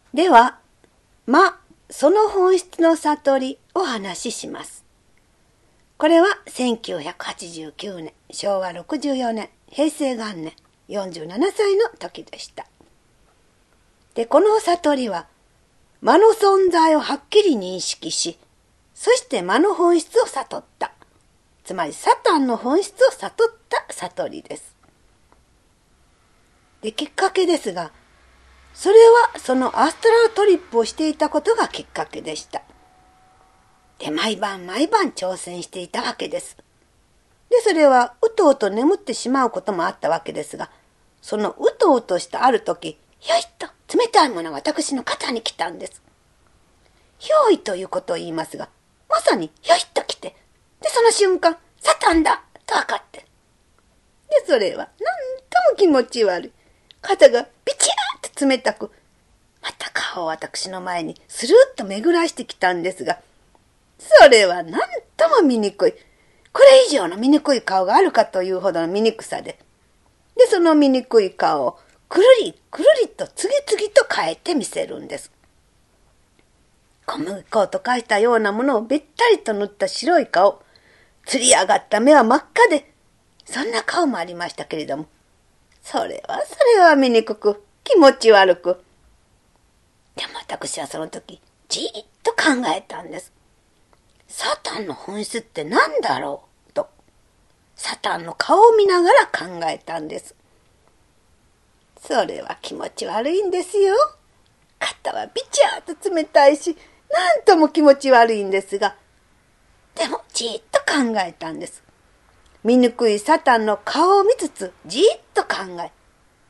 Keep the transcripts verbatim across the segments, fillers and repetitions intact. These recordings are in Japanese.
では、ま、その本質の悟りをお話しします。これはせんきゅうひゃくはちじゅうきゅうねん、しょうわろくじゅうよねん、へいせいがんねん、よんじゅうななさいの時でした。で、この悟りは、魔の存在をはっきり認識し、そして魔の本質を悟った。つまり、サタンの本質を悟った悟りです。で、きっかけですが、それはそのアストラルトリップをしていたことがきっかけでした。で、毎晩毎晩挑戦していたわけです。で、それはうとうと眠ってしまうこともあったわけですが、そのうとうとしたある時、ひょいっと冷たいものが私の肩に来たんです。ひょいということを言いますが、まさにひょいっと来て、で、その瞬間、サタンだと分かって。で、それはなんとも気持ち悪い。肩がビチャーって冷たく、また顔を私の前にスルッと巡らしてきたんですが、それはなんとも醜い。これ以上の醜い顔があるかというほどの醜さで。で、その醜い顔をくるりくるりと次々と変えてみせるんです。小麦粉と化したようなものをべったりと塗った白い顔。つり上がった目は真っ赤で、そんな顔もありましたけれども、それはそれは醜く、気持ち悪く。でも私はその時、じーっと考えたんです。サタンの本質って何だろうと、サタンの顔を見ながら考えたんです。それは気持ち悪いんですよ。肩はビチャーと冷たいし、なんとも気持ち悪いんですが、でもじーっと考えたんです。醜いサタンの顔を見つつじーっと考え、で、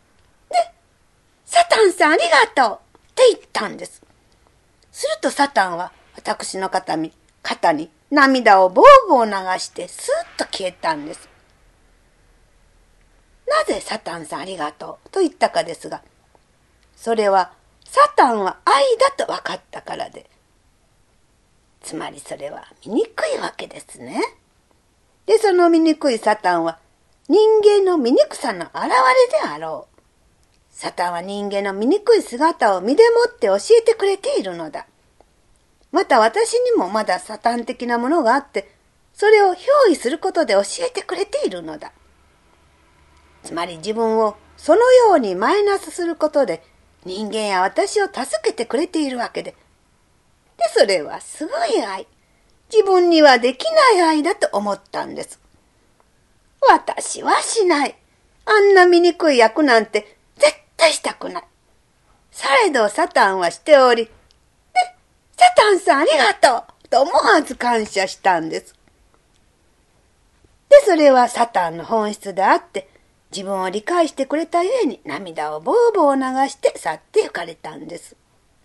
サタンさんありがとうって言ったんです。するとサタンは私の肩に、肩に涙をボーボー流してスーッと消えたんです。なぜサタンさんありがとうと言ったかですが、それはサタンは愛だと分かったからで、つまりそれは醜いわけですね。で、その醜いサタンは人間の醜さの表れであろう。サタンは人間の醜い姿を身でもって教えてくれているのだ。また私にもまだサタン的なものがあって、それを憑依することで教えてくれているのだ。つまり自分をそのようにマイナスすることで人間や私を助けてくれているわけで。で、それはすごい愛。自分にはできない愛だと思ったんです。私はしない。あんな醜い役なんて絶対したくない。されどサタンはしており、で、サタンさんありがとうと思わず感謝したんです。で、それはサタンの本質であって、自分を理解してくれたゆえに涙をボーボー流して去って行かれたんです。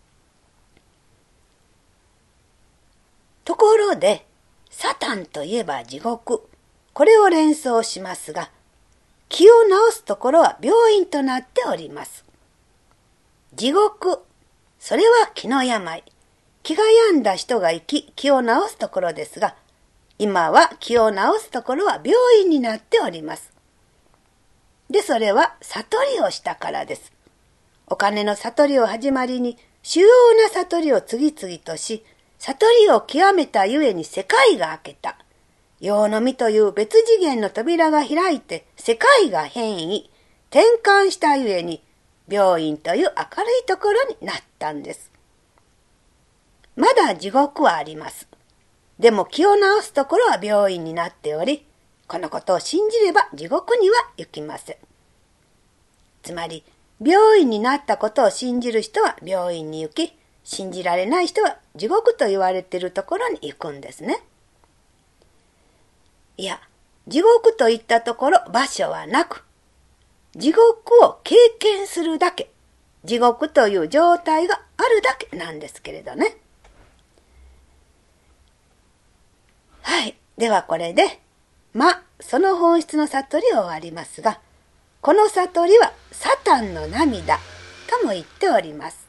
ところで、サタンといえば地獄、これを連想しますが、気を治すところは病院となっております。地獄、それは気の病。気が病んだ人が生き、気を治すところですが、今は気を治すところは病院になっております。で、それは悟りをしたからです。お金の悟りを始まりに、主要な悟りを次々とし、悟りを極めたゆえに世界が開けた。陽の実という別次元の扉が開いて世界が変異、転換したゆえに病院という明るいところになったんです。まだ地獄はあります。でも気を治すところは病院になっており、このことを信じれば地獄には行きません。つまり、病院になったことを信じる人は病院に行き、信じられない人は地獄と言われているところに行くんですね。いや、地獄といったところ場所はなく、地獄を経験するだけ、地獄という状態があるだけなんですけれどね。はい。ではこれで、ま、その本質の悟りを終わりますが、この悟りはサタンの涙とも言っております。